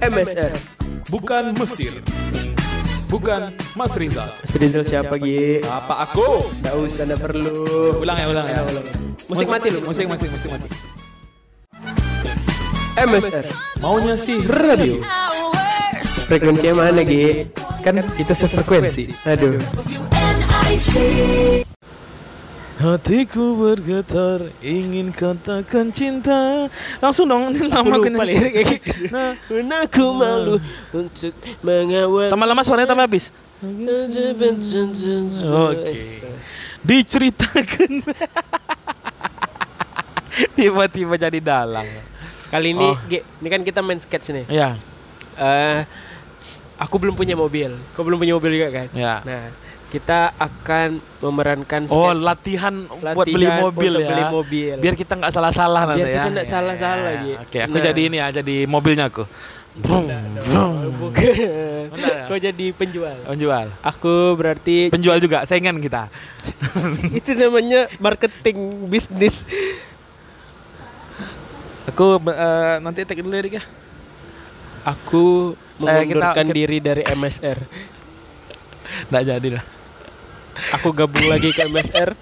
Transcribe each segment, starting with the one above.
MSR. Bukan Mesir. Bukan Mas Rizal. Mas Rizal siapa Gi? Apa aku? Nggak usah, nggak perlu. Ulang ya. Musik mati lu. Musik mati. MSR. Maunya sih radio. Frekuensinya mana Gi? Kan kita sefrekuensi. Aduh. Hatiku bergetar ingin katakan cinta. Langsung dong ini lama Lupa lirik kayak gitu. Nah, Aku malu untuk mengawal. tambah lama suaranya tambah habis. Oke. Diceritakan. Tiba-tiba jadi dalang. Kali ini Gi, ini kan kita main sketch nih. Ya. Aku belum punya mobil. Kau belum punya mobil juga kan? Ya. Nah, kita akan memerankan sketch. Oh, latihan buat beli mobil untuk ya. beli mobil. Biar kita enggak salah-salah nanti ya. Biar kita enggak salah-salah Ya. Gi. Oke, aku jadi ini ya, jadi mobilnya aku. Bukan. Enggak ya? Kau jadi penjual. Penjual. Aku berarti Penjual juga, saingan kita. itu namanya marketing bisnis. Aku nanti tag dulu ya, Dik ya. Aku mengundurkan kita- diri dari MSR. Enggak jadi lah. Aku gabung lagi ke MSR.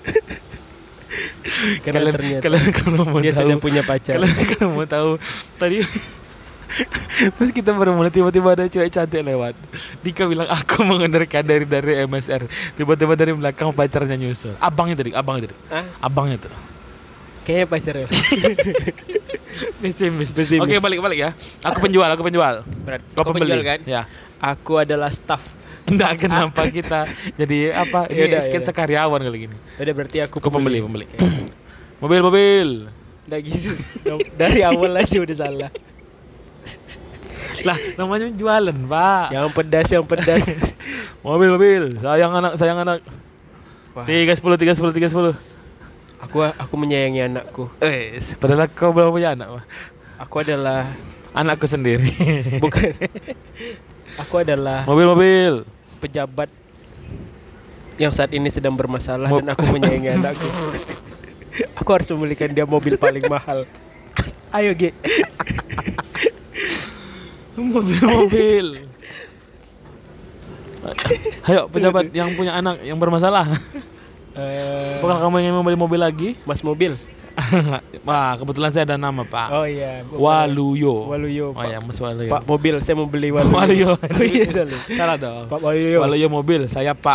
Karena ternyata kalian kalau mau dia tahu, sudah punya pacar. Kalian kalau mau tahu tadi terus kita baru mulai tiba-tiba ada cewek cantik lewat. Dika bilang aku mengundurkan dari MSR. Tiba-tiba dari belakang pacarnya nyusul. Abangnya tadi. Hah? Abangnya tuh. Kayaknya pacarnya. Pesimis. Pesimis. Oke, balik ya. Aku penjual. Berarti Kau kau pembeli penjual kan? Ya. Aku adalah staff. Enggak, kenapa kita jadi apa? Ini Yaudah, sketsa karyawan kali gini. Udah berarti aku Kau pembeli. Oke. Mobil. Udah gitu. Dari awal aja udah salah. Lah, namanya jualan, Pak. Yang pedas. Mobil. Sayang anak. Wah. 310. Aku menyayangi anakku. Padahal kau belum punya anak, Pak. Aku adalah Anakku sendiri. bukan. Aku adalah Mobil. pejabat yang saat ini sedang bermasalah dan aku menyayangi anakku. Aku harus membelikan dia mobil paling mahal. Ayo Gi. Mobil. Ayo pejabat yang punya anak yang bermasalah. Apakah kamu ingin membeli mobil lagi? Mas mobil. Wah, kebetulan saya ada nama, Pak. Oh iya. Waluyo. Pak. Ya, Mas Waluyo. Pak mobil, saya mau beli Waluyo. Waluyo. Oh iya, Salah dong. Pak Waluyo. Waluyo mobil, saya Pak.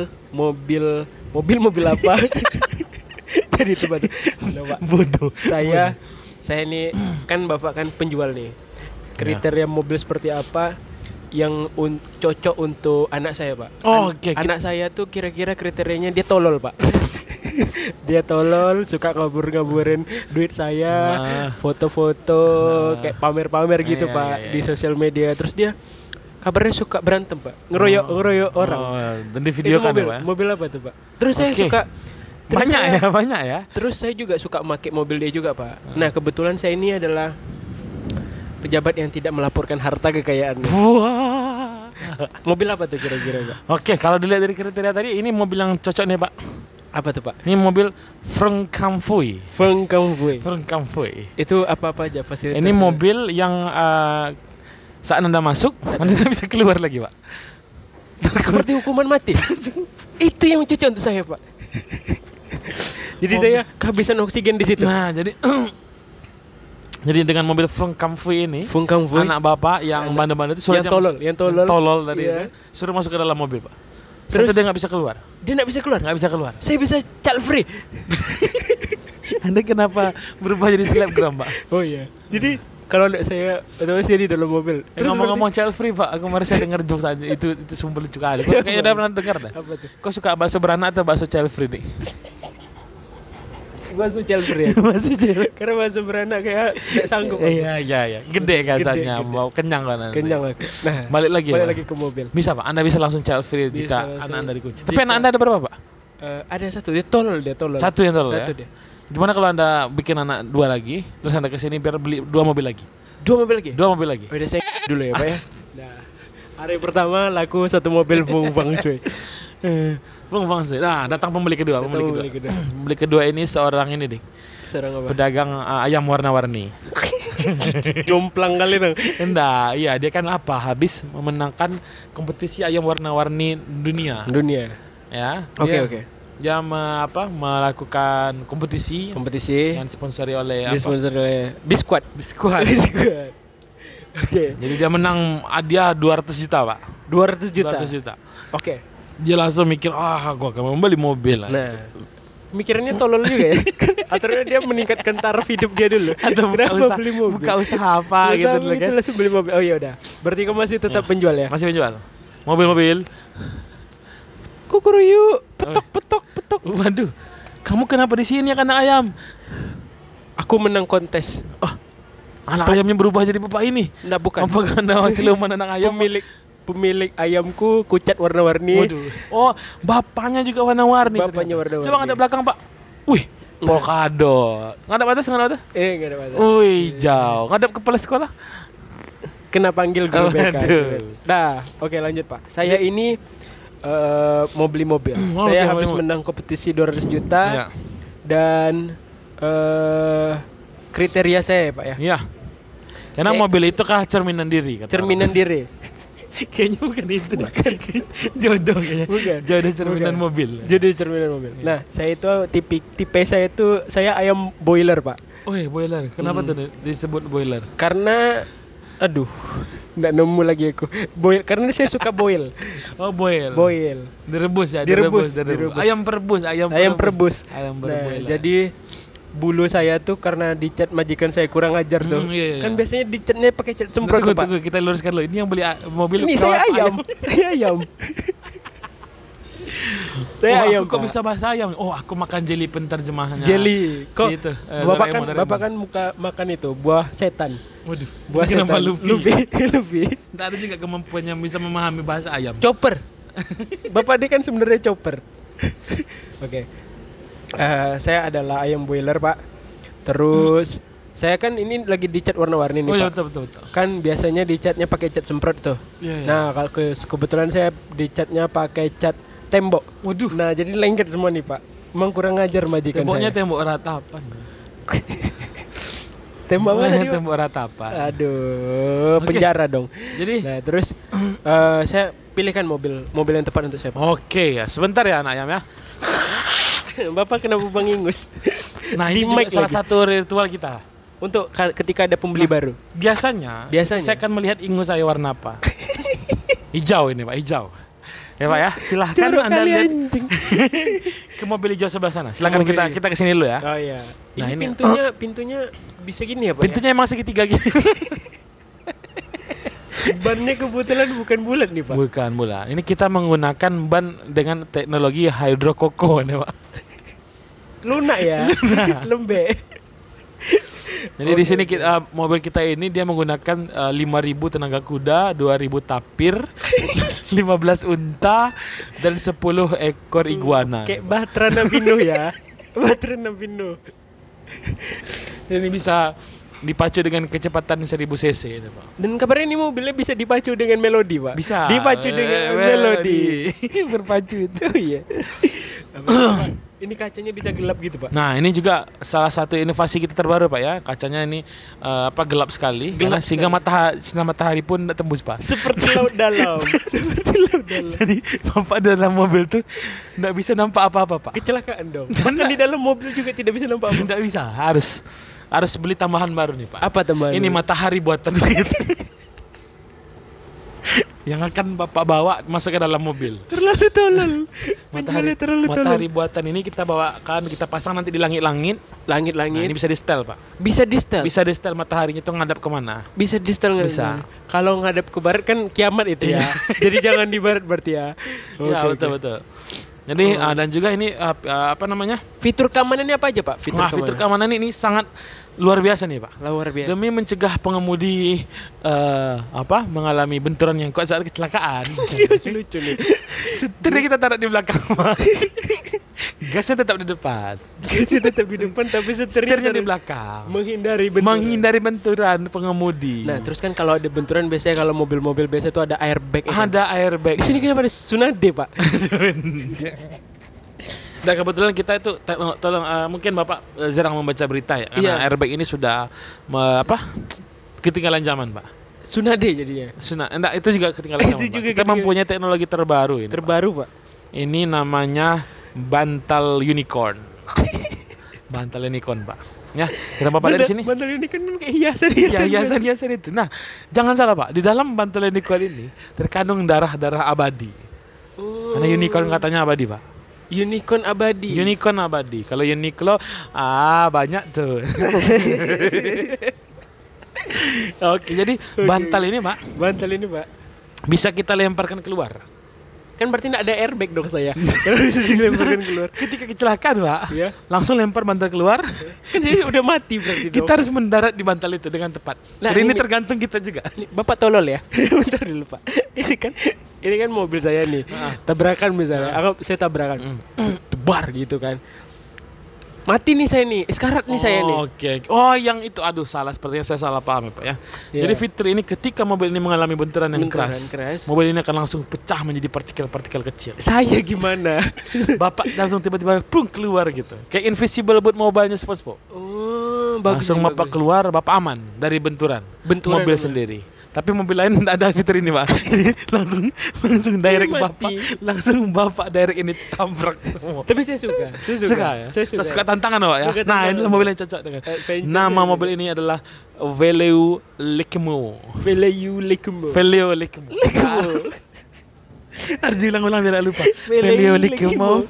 Mobil apa? Jadi itu Pak. Pak. Bodoh. Saya ini kan Bapak kan penjual nih. Kriteria mobil seperti apa yang cocok untuk anak saya, Pak? Oh, oke. Anak saya tuh kira-kira kriterianya dia tolol, Pak. Dia tolol, suka ngaburin duit saya, foto-foto, kayak pamer-pamer gitu, Pak, di sosial media. Terus dia kabarnya suka berantem, Pak. Ngeroyok orang. Dan di video kan, mobil, Pak. mobil apa tuh, Pak? Terus saya suka Banyak ya. Terus saya juga suka pakai mobil dia juga, Pak. Nah, kebetulan saya ini adalah pejabat yang tidak melaporkan harta kekayaannya. Wah. Mobil apa tuh kira-kira, Pak? Oke, kalau dilihat dari kriteria tadi, ini mobil yang cocok nih, Pak. Apa tuh, Pak? Ini mobil Francamfui. Itu apa-apa aja fasilitas? Ini mobil yang saat Anda masuk, Anda tidak bisa keluar lagi, Pak. seperti hukuman mati. Itu yang cocok untuk saya, Pak. Jadi saya kehabisan oksigen di situ. Nah, jadi dengan mobil Francamfui ini, Francamfui, anak bapak yang bandel-bandel itu yang tolol tadi iya. itu, suruh masuk ke dalam mobil, Pak. Terus dia nggak bisa keluar. Dia nggak bisa keluar. Saya bisa child free. Anda kenapa berubah jadi selebgram, Pak? Oh iya. Jadi kalau anak saya otomatis dia di dalam mobil. Terus ngomong-ngomong child free, Pak, aku kemarin saya denger jokes aja itu sumber lucu kali. Kok kayaknya udah pernah dengar dah. Apa tuh? Kok suka bakso beranak atau bakso child free nih? Bakso child free ya? Bakso child. Karena bakso beranak kayak tidak sanggup. Iya. Gede kasarnya, mau kenyang kan. Kenyang aku. Nah, balik lagi ke mobil. Bisa, Pak. Anda bisa langsung child free Bisa, jika anak Anda dikunci. jika- Tapi anak Anda ada berapa, Pak? Ada satu, dia tolol. Satu yang tolol ya. Satu dia. Gimana kalau Anda bikin anak 2 lagi, terus Anda kesini biar beli 2 mobil lagi? 2 mobil lagi? 2 mobil lagi. Udah saya dulu ya, Pak ya. Nah, hari pertama laku 1 mobil Bung Fang Shui. Bung Fangsi. Nah, datang pembeli kedua. Pembeli kedua ini seorang ini, Dik. Serang apa? Pedagang ayam warna-warni. Jomplang kali dong. Enggak, iya dia kan apa? Habis memenangkan kompetisi ayam warna-warni dunia. Ya. Oke. Dia melakukan kompetisi yang disponsori oleh Biskuat. Oke. Jadi dia menang hadiah 200 juta, Pak. 200 juta. Oke. Dia langsung mikir, gua akan membeli mobil. Nah, mikirannya tolol juga ya. Atau dia meningkatkan taraf hidup dia dulu. Atau buka usaha apa gitu dulu kan. Langsung beli mobil. Oh iya udah. Berarti kamu masih tetap penjual ya? Masih penjual. Mobil-mobil. Kukuruyu, petok. Waduh. Kamu kenapa di sini anak ayam? Aku menang kontes. Anak ayamnya berubah jadi bapak ini. Enggak, bukan. Apakah Anda siluman anak ayam? Pemilik ayamku kucat warna-warni. Waduh. Oh, bapaknya juga warna-warni. Coba ngadep belakang, Pak. Wih, polkadot. Ngadep atas? Ngadep atas. Wih, jauh. Ngadep kepala sekolah. Kena panggil guru BK. Dah, oke lanjut, Pak. Saya ini mau beli mobil. Saya habis menang kompetisi 200 juta. Ya. Dan kriteria saya, Pak ya. Iya. Karena mobil itu kan cerminan diri. Cerminan diri. Kayaknya bukan itu deh. Jodoh kayaknya. Bukan. Jodoh cerminan mobil. Nah, saya itu tipe saya itu saya ayam boiler, Pak. Oh iya, boiler. Kenapa tuh disebut boiler? Karena nggak nemu lagi aku. Karena saya suka boil. Oh, boil. Direbus ya. Direbus. Ayam perebus. Nah, jadi bulu saya tuh karena dicat majikan saya kurang ajar tuh. Iya. Kan biasanya dicatnya pakai cat semprot tuh, Pak. Tunggu, kita luruskan dulu. Ini yang beli mobil. Ini saya ayam. Saya ayam. Kok bisa bahasa ayam? Oh, aku makan jeli penterjemahannya. Jeli. Kok itu, Bapak kan makan itu buah setan. Waduh. Buah setan. Luffy. Tidak ada juga kemampuan yang bisa memahami bahasa ayam. Chopper. Bapak dia kan sebenarnya chopper. Oke. Saya adalah ayam boiler, Pak. Terus saya kan ini lagi dicat warna-warni nih, Pak. Betul. Kan biasanya dicatnya pakai cat semprot tuh. Iya. Nah, kalau kebetulan saya dicatnya pakai cat tembok. Waduh. Nah, jadi lengket semua nih, Pak. Emang kurang ngajar majikan Temboknya saya. tembok ratapan. Tembok mana tadi? Tembok ratapan. Aduh, penjara dong. Jadi, nah, terus saya pilihkan mobil yang tepat untuk saya, Pak. Oke ya, sebentar ya anak ayam ya. Bapak kenapa Bang Ingus? Nah, ini juga salah satu ritual kita. Untuk ketika ada pembeli baru. Biasanya saya akan melihat ingus saya warna apa. Hijau ini, Pak, hijau. Ya, Pak ya, silahkan Anda lihat ke mobil hijau sebelah sana. Silakan kita ke sini dulu ya. Oh iya. Nah, ini pintunya bisa gini ya, Pak? Pintunya emang segitiga gini. Bannya kebetulan bukan bulat nih, Pak. Bukan bulat. Ini kita menggunakan ban dengan teknologi hydrokoko nih, Pak. Lunak ya. Lembek. Jadi di sini mobil kita ini dia menggunakan 5.000 tenaga kuda, 2.000 tapir, 15 unta dan 10 ekor iguana. Kayak Bahtera Nabino ya. Bahtera Nabino. Ini bisa dipacu dengan kecepatan 1000 cc itu, Pak. Dan kabarnya ini mobilnya bisa dipacu dengan melodi, Pak. Bisa. Dipacu dengan melodi. Berpacu itu. Iya. Ini kacanya bisa gelap gitu, Pak. Nah, ini juga salah satu inovasi kita terbaru, Pak ya. Kacanya ini gelap sekali. Sehingga sinar matahari pun tidak tembus, Pak. Seperti laut dalam. Jadi Bapak dalam mobil tuh tidak bisa nampak apa-apa, Pak. Kecelakaan dong. Bahkan di dalam mobil juga tidak bisa nampak apa-apa. Tidak bisa. Harus beli tambahan baru nih, Pak. Apa tambahan? Ini matahari buatan kita. Yang akan Bapak bawa masuk ke dalam mobil. Terlalu tolol. Matahari buatan ini kita bawakan, kita pasang nanti di langit-langit. Nah, ini bisa di setel, Pak. Bisa di setel? Bisa di setel mataharinya tuh ngadap kemana? Bisa di setel nggak? Bisa. Kalau ngadap ke barat kan kiamat itu ya. Jadi jangan di barat berarti ya. Ya, betul. Jadi dan juga ini apa namanya? Fitur keamanannya apa aja, Pak? Fitur keamanan ini sangat luar biasa nih, Pak. Luar biasa. Demi mencegah pengemudi mengalami benturan yang kuat saat kecelakaan. Lucu nih. Setirnya kita taruh di belakang, Pak. Gasnya tetap di depan. Tapi setirnya di belakang. Menghindari benturan pengemudi. Nah, terus kan kalau ada benturan biasanya kalau mobil-mobil biasa itu ada airbag. Ada airbag. Di sini kenapa ada Tsunade, Pak? Dan kebetulan kita itu tolong mungkin Bapak jarang membaca berita ya, karena airbag ini sudah ketinggalan zaman, Pak. Sunade jadinya. Enggak, itu juga ketinggalan zaman. Itu juga kita mempunyai teknologi terbaru ini. Terbaru, Pak. Ini namanya bantal unicorn. Bantal unicorn, Pak. Ya, kita Bapak dari sini. Bantal unicorn kayak hiasan itu. Nah, jangan salah, Pak. Di dalam bantal unicorn ini terkandung darah-darah abadi. Karena unicorn katanya abadi, Pak. Unicorn abadi. Kalau Uniqlo banyak tuh. Oke, jadi bantal ini, Pak, bisa kita lemparkan keluar. Kan berarti enggak ada airbag dong saya. Kalau bisa dilemparkan keluar. Ketika kecelakaan, Pak, ya, langsung lempar bantal keluar. Kan jadi udah mati berarti. Kita harus mendarat di bantal itu dengan tepat. Nah, ini tergantung kita juga. Bapak tolol ya. Bentar dulu, Pak. Ini kan mobil saya nih. Tabrakan misalnya. Saya tabrakan. Tebar gitu kan. Mati nih saya nih, sekarat nih saya nih. Oke. Oh, yang itu, aduh, sepertinya saya salah paham ya, Pak ya. Jadi fitur ini ketika mobil ini mengalami benturan yang keras, mobil ini akan langsung pecah menjadi partikel-partikel kecil. Saya gimana? Bapak langsung tiba-tiba keluar gitu. Kayak invisible buat mobilnya SpongeBob. Oh, bagus. Langsung Bapak keluar, Bapak aman dari benturan mobil sendiri. Tapi mobil lain tidak ada fitur ini, Pak. Jadi langsung direct Bapak direct ini tabrak semua. Tapi saya suka ya. Saya suka tantangan, Pak ya. Nah, ini mobil yang cocok dengan. Nama mobil ini adalah Veleo Likmo. Harus diulang-ulang biar lupa. Veleo Likmo.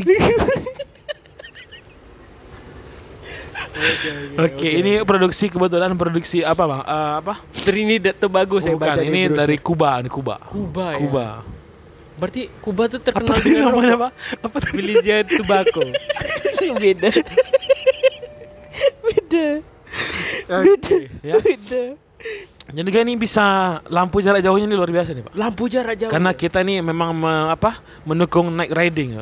Oke, ini kebetulan produksi apa, Bang? Trinidad Tobago saya baca. Ini dari Kuba. Kuba. Ya? Berarti Kuba tuh terkenal dengan namanya, Pak? Apa Belize Tobacco. Beda. Ya. Jadi ini bisa lampu jarak jauhnya ini luar biasa nih, Pak. Lampu jarak jauh. Karena kita ini memang mendukung night riding.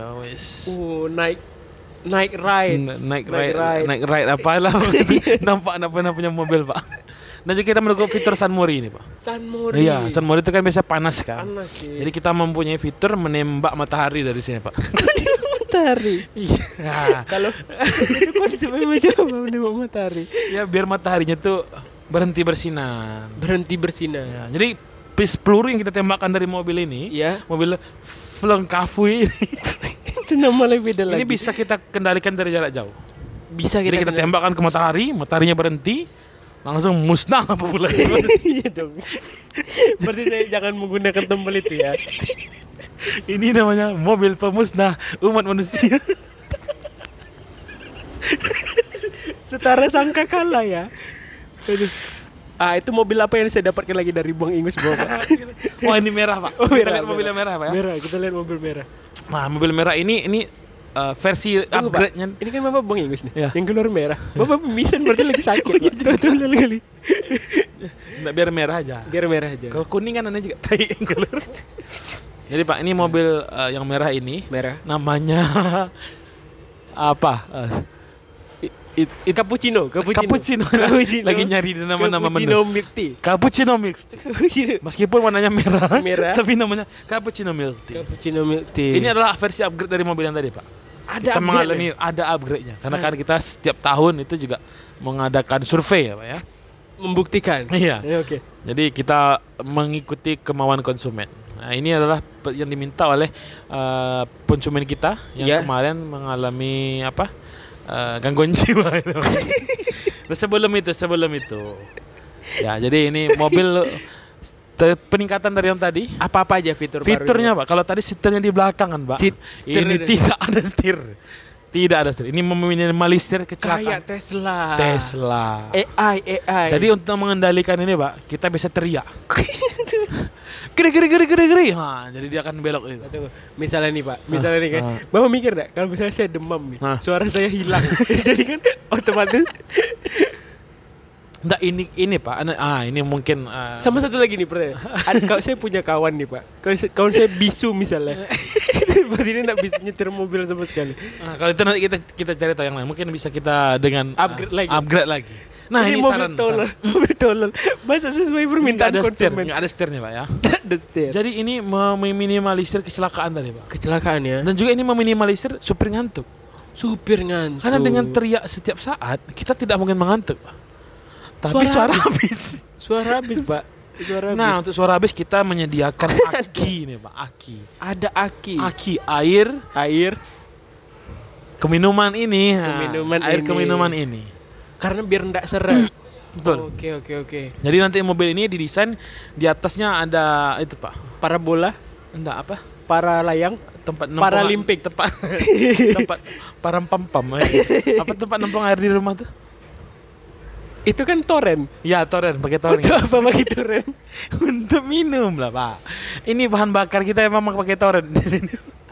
Night ride apalah. Nampak punya mobil, Pak. Dan juga kita mendukung fitur Sunmori ini, Pak. Sunmori. Iya, Sunmori itu kan biasa panas kan. Panas sih. Jadi kita mempunyai fitur menembak matahari dari sini, Pak. Matahari. Iya. Kalau itu konsepnya macam menembak matahari. Ya, biar mataharinya tuh berhenti bersinar. Ya. Jadi peluru yang kita tembakkan dari mobil ini, mobil Flengkafui ini. Itu nama lebih beda lagi. Ini bisa kita kendalikan dari jarak jauh. Jadi kita tembakkan ke mataharinya berhenti, langsung musnah populasi. Iya dong. Berarti saya jangan menggunakan tombol itu ya. Ini namanya mobil pemusnah umat manusia. Setara sangkakala ya. Itu mobil apa yang saya dapatkan lagi dari Bang Ingus bawa, Pak? Wah, ini merah, Pak. Kita lihat mobilnya merah, Pak ya. Merah, kita lihat mobil merah. Nah, mobil merah ini versi upgrade-nya. Ini kan Bapak Bang Ingus nih. Ya. Yang keluar merah. Bapak mission berarti lagi sakit. Betul kali. Nggak, biar merah aja. Kalau kuning kan aneh juga tai yang keluar. Jadi, Pak, ini mobil yang merah ini. Namanya apa? Cappuccino. Lagi nyari nama-nama menu. Cappuccino milk tea. Meskipun warnanya merah, tapi namanya Cappuccino milk tea. Ini adalah versi upgrade dari mobil yang tadi, Pak. Kita mengalami ada upgrade-nya. Karena kan kita setiap tahun itu juga mengadakan survei ya, Pak ya. Membuktikan. Iya. Oke. Jadi kita mengikuti kemauan konsumen. Nah, ini adalah yang diminta oleh konsumen kita yang kemarin mengalami gangguan jiwa. sebelum itu ya, jadi ini mobil peningkatan dari yang tadi. Apa aja fiturnya baru, Pak? Kalau tadi setirnya di belakang kan, Pak, ini tidak ada setir. Ini meminimalisir kecelakaan. Kayak Tesla. AI. Jadi untuk mengendalikan ini, Pak, kita bisa teriak. Geri. Jadi dia akan belok itu. Misalnya nih, Pak. Kan. Bapak mikir enggak kalau misalnya saya demam nih, suara saya hilang. Jadi kan otomatis. Enggak, ini Pak. Ini mungkin sama satu lagi nih, kalau saya punya kawan nih, Pak. Kalau saya bisu misalnya. Berarti ini enggak bisa nyetir mobil sama sekali. Kalau itu nanti kita cari tahu yang lain. Mungkin bisa kita dengan upgrade lagi. Nah, ini mobil saran. tolol. Mobil tolol. Masa sesuai permintaan konsumen. Enggak ada setirnya, Pak ya. Ada setir. Jadi ini meminimalisir kecelakaan tadi, Pak. Kecelakaan ya. Dan juga ini meminimalisir supir ngantuk. Supir ngantuk. Karena dengan teriak setiap saat, kita tidak mungkin mengantuk, Pak. Tapi suara habis. Suara habis, Pak. Suara habis. Nah, untuk suara habis kita menyediakan aki nih, Pak. Aki. Ada aki. Aki air keminuman ini. Air keminuman ini. Karena biar enggak seret. Betul. Oke. Jadi nanti mobil ini didesain di atasnya ada itu, Pak. Parabola, Enggak apa? para layang, Tempat Paralimpik. tempat parampam. Apa tempat nempong air di rumah tuh? itu kan toren. Ya, toren, pakai toren. Untuk apa pakai toren? Untuk minum lah, Pak. Ini bahan bakar kita emang pakai toren di sini.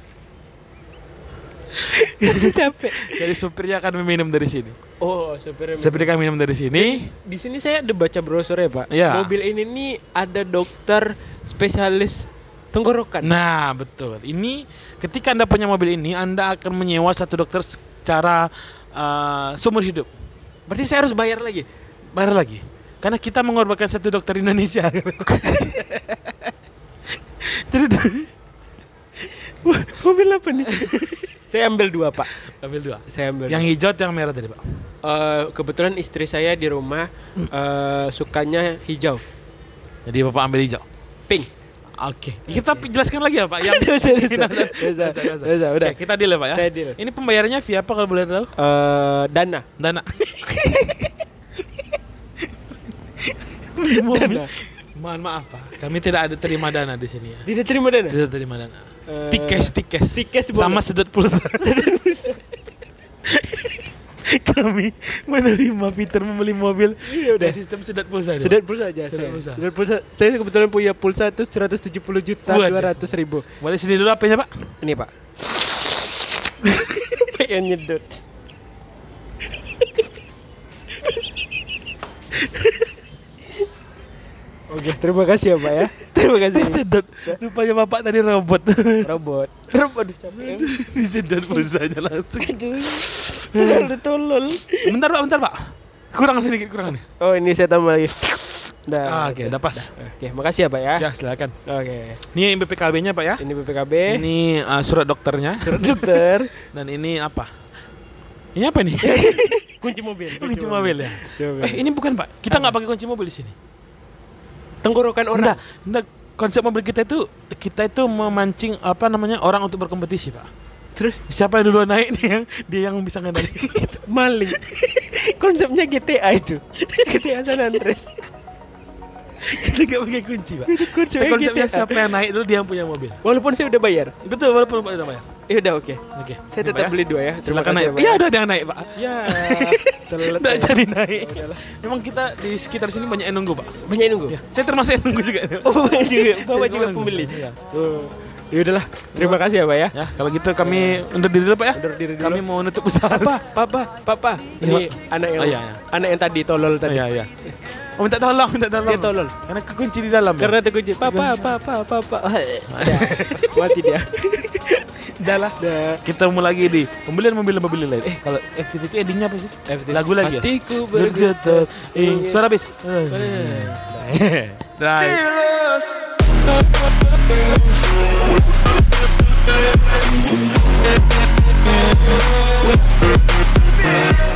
Capek. Jadi supirnya akan meminum dari sini. Oh, supirnya. Supirnya akan minum dari sini. Di sini saya ada baca brosur ya, Pak. Ya. Mobil ini nih ada dokter spesialis tenggorokan. Nah, betul. Ini ketika Anda punya mobil ini, Anda akan menyewa satu dokter secara seumur hidup. Berarti saya harus bayar lagi. Bayar lagi. Karena kita mengorbankan satu dokter Indonesia. Jadi Mobil apa nih? Saya ambil 2, Pak. ambil 2. Saya ambil. Yang hijau atau yang merah tadi, Pak? Kebetulan istri saya di rumah sukanya hijau. Jadi Bapak ambil hijau. Pink. Oke. Kita jelaskan lagi ya, Pak. Yang Bisa, udah. Oke, kita deal ya, Pak ya. Saya deal. Ini pembayarannya via apa kalau boleh tahu? Dana. Mobil. Mohon maaf, Pak. Kami tidak ada terima dana di sini ya. Tidak terima dana. Tidak terima dana. Tikes boleh. sama sedot pulsa. Kami menerima Peter membeli mobil. Iya, udah. Sistem sedot pulsa. Sedot pulsa aja. Sedot pulsa. Saya kebetulan punya pulsa itu 170 juta 200 ribu. Boleh sini dulu apanya, Pak? Ini, Pak. Pengen nyedot. Oke, terima kasih ya, Pak ya. Terima kasih. Disedot. Rupanya Bapak tadi robot. Robot capek. Disedot pulsanya langsung. Tolol. Bentar, Pak. Kurang sedikit kurangannya. Oh, ini saya tambah lagi. Oke, udah pas. Oke, makasih ya, Pak ya. Ya, silakan. Oke. Ini BPKB-nya, Pak ya. Ini BPKB. Ini surat dokternya. Surat dokter. Dan ini apa? Ini apa nih? Kunci mobil. Kunci mobil ya. Ini bukan, Pak. Kita nggak pakai kunci mobil di sini. Tenggorokan orang. Enggak. Konsep mobil kita itu memancing orang untuk berkompetisi, Pak. Terus siapa yang duluan naik dia yang bisa ngendali. Maling. Konsepnya GTA itu. GTA San Andreas. Kita nggak pakai kunci, Pak. Konsepnya siapa yang naik dulu dia yang punya mobil. Walaupun saya udah bayar. Betul, walaupun Pak udah bayar. Ya udah, oke. Saya tetap beli 2 ya. Silakan naik. Iya, udah ada yang naik, Pak. Ya. Tidak jadi naik. Memang kita di sekitar sini banyak yang nunggu, Pak. Banyak yang nunggu. Ya, saya termasuk yang nunggu juga. Oh, banyak juga. Bapak juga pembeli. Iya. Ya udahlah. Terima kasih ya, Pak ya. Ya, kalau gitu kami undur diri dulu, Pak ya. Undur diri dulu. Kami mau nutup usaha. Papa. Ini anak yang tadi tolol tadi. Iya. Oh, minta tolong. Dia tolol. Karena kekunci di dalam. Karena terkunci. Papa. Mati dia. Udah lah. Kita mau lagi di pembelian mobil lain. Kalau FTV itu endingnya apa sih? Lagu lagi ya? Hatiku bergetar. Suara habis. Dah.